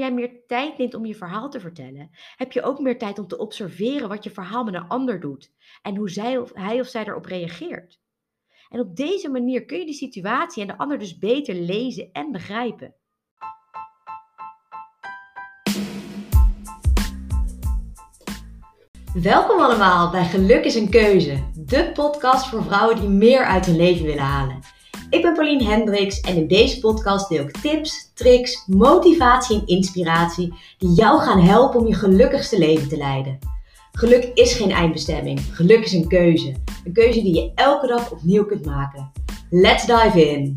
jij meer tijd neemt om je verhaal te vertellen, heb je ook meer tijd om te observeren wat je verhaal met een ander doet en hoe hij of zij erop reageert. En op deze manier kun je de situatie en de ander dus beter lezen en begrijpen. Welkom allemaal bij Geluk is een Keuze, de podcast voor vrouwen die meer uit hun leven willen halen. Ik ben Pauline Hendricks en in deze podcast deel ik tips, tricks, motivatie en inspiratie die jou gaan helpen om je gelukkigste leven te leiden. Geluk is geen eindbestemming, geluk is een keuze. Een keuze die je elke dag opnieuw kunt maken. Let's dive in!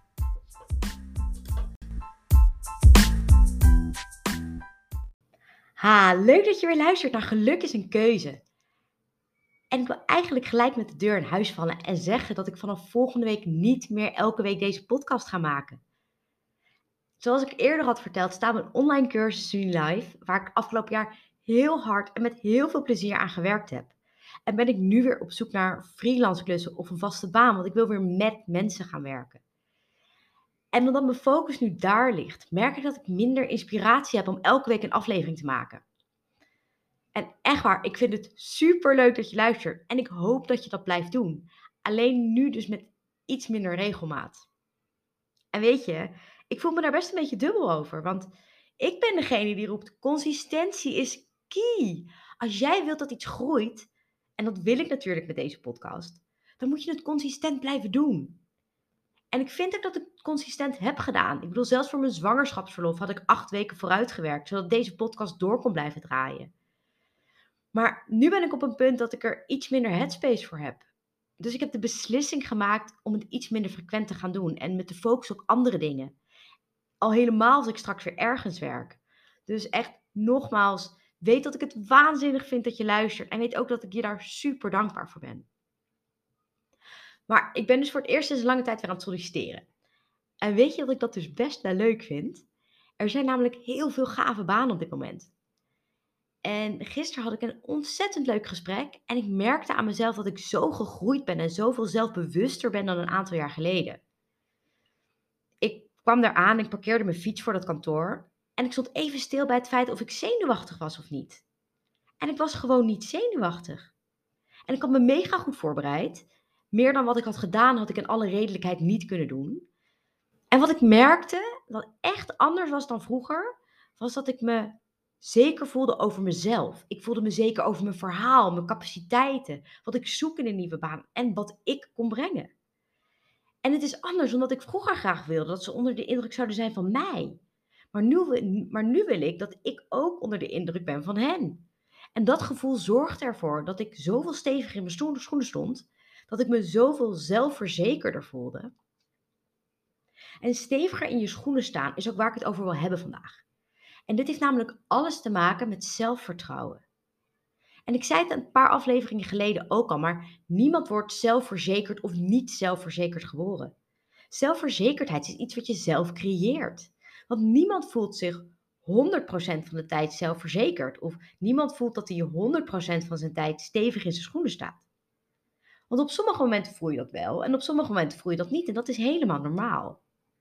Leuk dat je weer luistert naar Geluk is een Keuze. En ik wil eigenlijk gelijk met de deur in huis vallen en zeggen dat ik vanaf volgende week niet meer elke week deze podcast ga maken. Zoals ik eerder had verteld, staat mijn online cursus nu live, waar ik afgelopen jaar heel hard en met heel veel plezier aan gewerkt heb. En ben ik nu weer op zoek naar freelance klussen of een vaste baan, want ik wil weer met mensen gaan werken. En omdat mijn focus nu daar ligt, merk ik dat ik minder inspiratie heb om elke week een aflevering te maken. En echt waar, ik vind het super leuk dat je luistert en ik hoop dat je dat blijft doen. Alleen nu dus met iets minder regelmaat. En weet je, ik voel me daar best een beetje dubbel over, want ik ben degene die roept, consistentie is key. Als jij wilt dat iets groeit, en dat wil ik natuurlijk met deze podcast, dan moet je het consistent blijven doen. En ik vind ook dat ik het consistent heb gedaan. Ik bedoel, zelfs voor mijn zwangerschapsverlof had ik 8 weken vooruitgewerkt, zodat deze podcast door kon blijven draaien. Maar nu ben ik op een punt dat ik er iets minder headspace voor heb. Dus ik heb de beslissing gemaakt om het iets minder frequent te gaan doen en met de focus op andere dingen. Al helemaal als ik straks weer ergens werk. Dus echt nogmaals, weet dat ik het waanzinnig vind dat je luistert en weet ook dat ik je daar super dankbaar voor ben. Maar ik ben dus voor het eerst sinds lange tijd weer aan het solliciteren. En weet je dat ik dat dus best wel leuk vind? Er zijn namelijk heel veel gave banen op dit moment. En gisteren had ik een ontzettend leuk gesprek en ik merkte aan mezelf dat ik zo gegroeid ben en zoveel zelfbewuster ben dan een aantal jaar geleden. Ik kwam daar aan, ik parkeerde mijn fiets voor dat kantoor en ik stond even stil bij het feit of ik zenuwachtig was of niet. En ik was gewoon niet zenuwachtig. En ik had me mega goed voorbereid. Meer dan wat ik had gedaan, had ik in alle redelijkheid niet kunnen doen. En wat ik merkte, dat echt anders was dan vroeger, was dat ik me zeker voelde over mezelf. Ik voelde me zeker over mijn verhaal, mijn capaciteiten, wat ik zoek in een nieuwe baan en wat ik kon brengen. En het is anders omdat ik vroeger graag wilde dat ze onder de indruk zouden zijn van mij. Maar nu wil ik dat ik ook onder de indruk ben van hen. En dat gevoel zorgt ervoor dat ik zoveel steviger in mijn schoenen stond, dat ik me zoveel zelfverzekerder voelde. En steviger in je schoenen staan is ook waar ik het over wil hebben vandaag. En dit heeft namelijk alles te maken met zelfvertrouwen. En ik zei het een paar afleveringen geleden ook al, maar niemand wordt zelfverzekerd of niet zelfverzekerd geboren. Zelfverzekerdheid is iets wat je zelf creëert. Want niemand voelt zich 100% van de tijd zelfverzekerd of niemand voelt dat hij 100% van zijn tijd stevig in zijn schoenen staat. Want op sommige momenten voel je dat wel en op sommige momenten voel je dat niet en dat is helemaal normaal.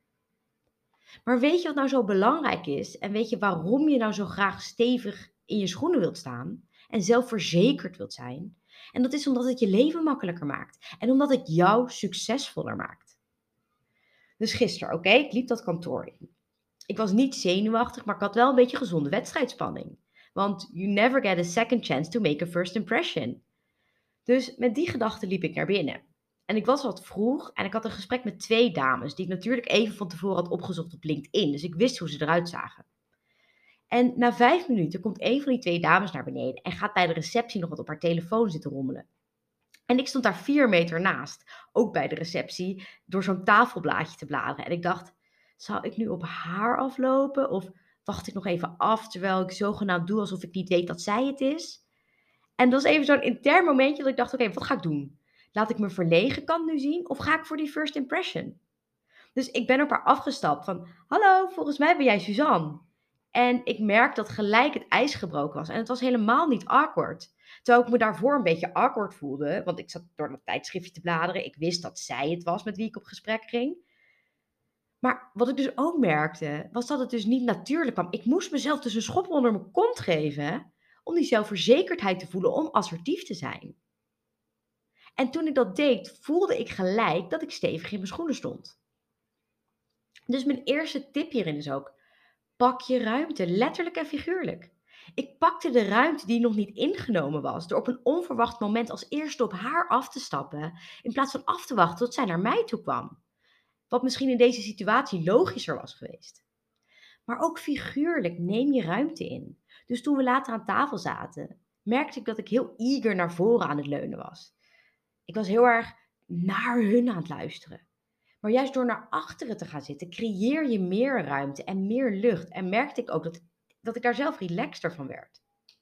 Maar weet je wat nou zo belangrijk is en weet je waarom je nou zo graag stevig in je schoenen wilt staan en zelfverzekerd wilt zijn? En dat is omdat het je leven makkelijker maakt en omdat het jou succesvoller maakt. Dus gisteren, oké, ik liep dat kantoor in. Ik was niet zenuwachtig, maar ik had wel een beetje gezonde wedstrijdspanning. Want you never get a second chance to make a first impression. Dus met die gedachte liep ik naar binnen. En ik was wat vroeg en ik had een gesprek met 2 dames die ik natuurlijk even van tevoren had opgezocht op LinkedIn. Dus ik wist hoe ze eruit zagen. En na 5 minuten komt een van die 2 dames naar beneden en gaat bij de receptie nog wat op haar telefoon zitten rommelen. En ik stond daar 4 meter naast, ook bij de receptie, door zo'n tafelblaadje te bladeren. En ik dacht, zou ik nu op haar aflopen of wacht ik nog even af terwijl ik zogenaamd doe alsof ik niet weet dat zij het is? En dat was even zo'n intern momentje dat ik dacht, oké, wat ga ik doen? Laat ik mijn verlegen kant nu zien of ga ik voor die first impression? Dus ik ben op haar afgestapt van, hallo, volgens mij ben jij Suzanne. En ik merkte dat gelijk het ijs gebroken was. En het was helemaal niet awkward. Terwijl ik me daarvoor een beetje awkward voelde. Want ik zat door dat tijdschriftje te bladeren. Ik wist dat zij het was met wie ik op gesprek ging. Maar wat ik dus ook merkte, was dat het dus niet natuurlijk kwam. Ik moest mezelf dus een schop onder mijn kont geven om die zelfverzekerdheid te voelen om assertief te zijn. En toen ik dat deed, voelde ik gelijk dat ik stevig in mijn schoenen stond. Dus mijn eerste tip hierin is ook: pak je ruimte, letterlijk en figuurlijk. Ik pakte de ruimte die nog niet ingenomen was, door op een onverwacht moment als eerste op haar af te stappen, in plaats van af te wachten tot zij naar mij toe kwam. Wat misschien in deze situatie logischer was geweest. Maar ook figuurlijk neem je ruimte in. Dus toen we later aan tafel zaten, merkte ik dat ik heel eager naar voren aan het leunen was. Ik was heel erg naar hun aan het luisteren. Maar juist door naar achteren te gaan zitten, creëer je meer ruimte en meer lucht. En merkte ik ook dat ik daar zelf relaxter van werd.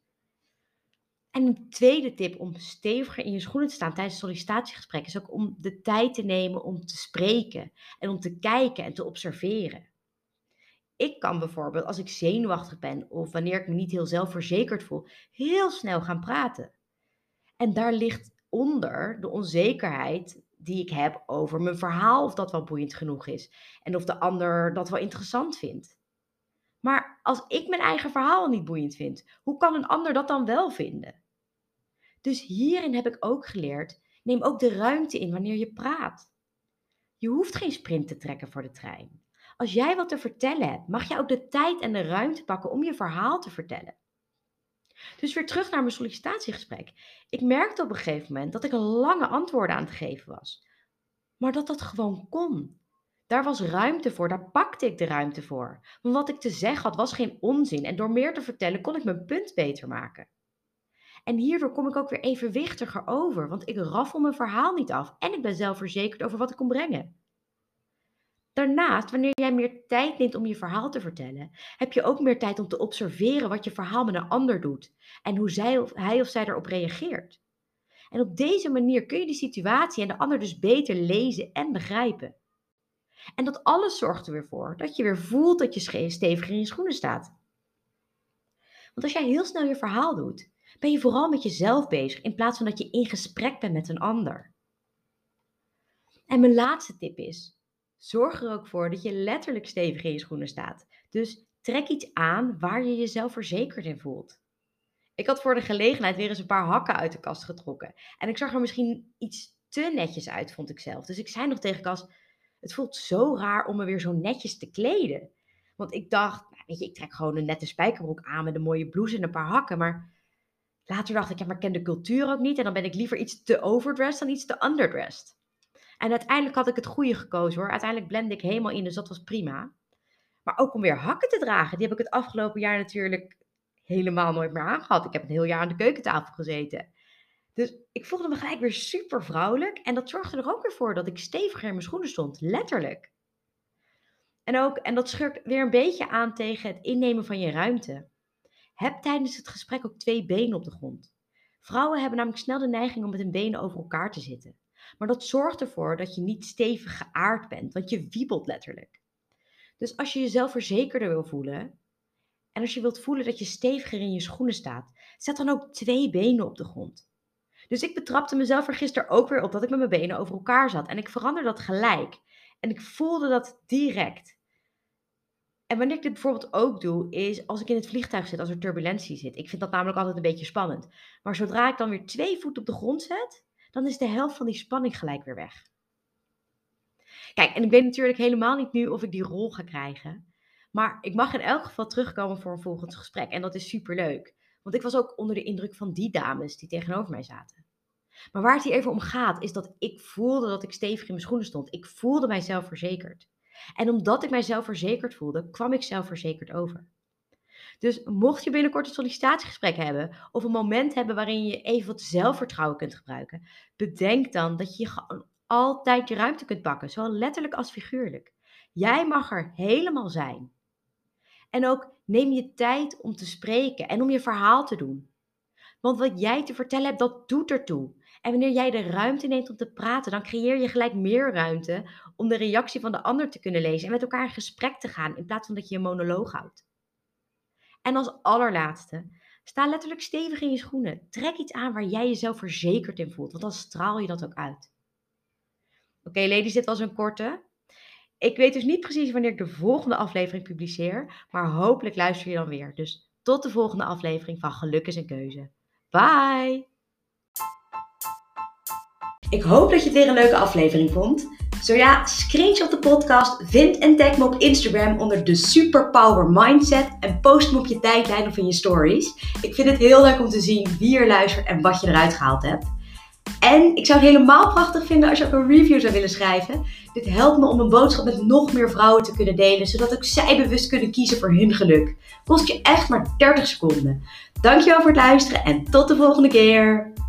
En een tweede tip om steviger in je schoenen te staan tijdens sollicitatiegesprekken is ook om de tijd te nemen om te spreken en om te kijken en te observeren. Ik kan bijvoorbeeld, als ik zenuwachtig ben of wanneer ik me niet heel zelfverzekerd voel, heel snel gaan praten. En daar ligt onder de onzekerheid die ik heb over mijn verhaal, of dat wel boeiend genoeg is. En of de ander dat wel interessant vindt. Maar als ik mijn eigen verhaal niet boeiend vind, hoe kan een ander dat dan wel vinden? Dus hierin heb ik ook geleerd, neem ook de ruimte in wanneer je praat. Je hoeft geen sprint te trekken voor de trein. Als jij wat te vertellen hebt, mag jij ook de tijd en de ruimte pakken om je verhaal te vertellen. Dus weer terug naar mijn sollicitatiegesprek. Ik merkte op een gegeven moment dat ik een lange antwoorden aan het geven was. Maar dat dat gewoon kon. Daar was ruimte voor, daar pakte ik de ruimte voor. Want wat ik te zeggen had was geen onzin en door meer te vertellen kon ik mijn punt beter maken. En hierdoor kom ik ook weer evenwichtiger over, want ik raffel mijn verhaal niet af en ik ben zelfverzekerd over wat ik kon brengen. Daarnaast, wanneer jij meer tijd neemt om je verhaal te vertellen, heb je ook meer tijd om te observeren wat je verhaal met een ander doet en hoe hij of zij erop reageert. En op deze manier kun je de situatie en de ander dus beter lezen en begrijpen. En dat alles zorgt er weer voor dat je weer voelt dat je stevig in je schoenen staat. Want als jij heel snel je verhaal doet, ben je vooral met jezelf bezig in plaats van dat je in gesprek bent met een ander. En mijn laatste tip is: zorg er ook voor dat je letterlijk stevig in je schoenen staat. Dus trek iets aan waar je jezelf verzekerd in voelt. Ik had voor de gelegenheid weer eens een paar hakken uit de kast getrokken. En ik zag er misschien iets te netjes uit, vond ik zelf. Dus ik zei nog tegen Cas: het voelt zo raar om me weer zo netjes te kleden. Want ik dacht, nou, weet je, ik trek gewoon een nette spijkerbroek aan met een mooie blouse en een paar hakken. Maar later dacht ik, ja, maar ik ken de cultuur ook niet. En dan ben ik liever iets te overdressed dan iets te underdressed. En uiteindelijk had ik het goede gekozen hoor. Uiteindelijk blendde ik helemaal in, dus dat was prima. Maar ook om weer hakken te dragen, die heb ik het afgelopen jaar natuurlijk helemaal nooit meer aangehad. Ik heb een heel jaar aan de keukentafel gezeten. Dus ik voelde me gelijk weer super vrouwelijk. En dat zorgde er ook weer voor dat ik steviger in mijn schoenen stond, letterlijk. En dat schurkt weer een beetje aan tegen het innemen van je ruimte. Heb tijdens het gesprek ook twee benen op de grond. Vrouwen hebben namelijk snel de neiging om met hun benen over elkaar te zitten. Maar dat zorgt ervoor dat je niet stevig geaard bent, want je wiebelt letterlijk. Dus als je jezelf verzekerder wil voelen, en als je wilt voelen dat je steviger in je schoenen staat, zet dan ook twee benen op de grond. Dus ik betrapte mezelf er gisteren ook weer op dat ik met mijn benen over elkaar zat. En ik veranderde dat gelijk. En ik voelde dat direct. En wanneer ik dit bijvoorbeeld ook doe, is als ik in het vliegtuig zit, als er turbulentie zit. Ik vind dat namelijk altijd een beetje spannend. Maar zodra ik dan weer twee voeten op de grond zet, dan is de helft van die spanning gelijk weer weg. Kijk, en ik weet natuurlijk helemaal niet nu of ik die rol ga krijgen. Maar ik mag in elk geval terugkomen voor een volgend gesprek. En dat is superleuk. Want ik was ook onder de indruk van die dames die tegenover mij zaten. Maar waar het hier even om gaat, is dat ik voelde dat ik stevig in mijn schoenen stond. Ik voelde mijzelf verzekerd. En omdat ik mijzelf verzekerd voelde, kwam ik zelfverzekerd over. Dus mocht je binnenkort een sollicitatiegesprek hebben of een moment hebben waarin je even wat zelfvertrouwen kunt gebruiken, bedenk dan dat je gewoon altijd je ruimte kunt pakken, zowel letterlijk als figuurlijk. Jij mag er helemaal zijn. En ook neem je tijd om te spreken en om je verhaal te doen. Want wat jij te vertellen hebt, dat doet ertoe. En wanneer jij de ruimte neemt om te praten, dan creëer je gelijk meer ruimte om de reactie van de ander te kunnen lezen en met elkaar in gesprek te gaan in plaats van dat je een monoloog houdt. En als allerlaatste, sta letterlijk stevig in je schoenen. Trek iets aan waar jij jezelf verzekerd in voelt, want dan straal je dat ook uit. Oké, ladies, dit was een korte. Ik weet dus niet precies wanneer ik de volgende aflevering publiceer, maar hopelijk luister je dan weer. Dus tot de volgende aflevering van Geluk is een Keuze. Bye! Ik hoop dat je het weer een leuke aflevering vond. Zo ja, screenshot de podcast, vind en tag me op Instagram onder de Superpower Mindset en post me op je tijdlijn of in je stories. Ik vind het heel leuk om te zien wie er luistert en wat je eruit gehaald hebt. En ik zou het helemaal prachtig vinden als je ook een review zou willen schrijven. Dit helpt me om een boodschap met nog meer vrouwen te kunnen delen, zodat ook zij bewust kunnen kiezen voor hun geluk. Kost je echt maar 30 seconden. Dankjewel voor het luisteren en tot de volgende keer.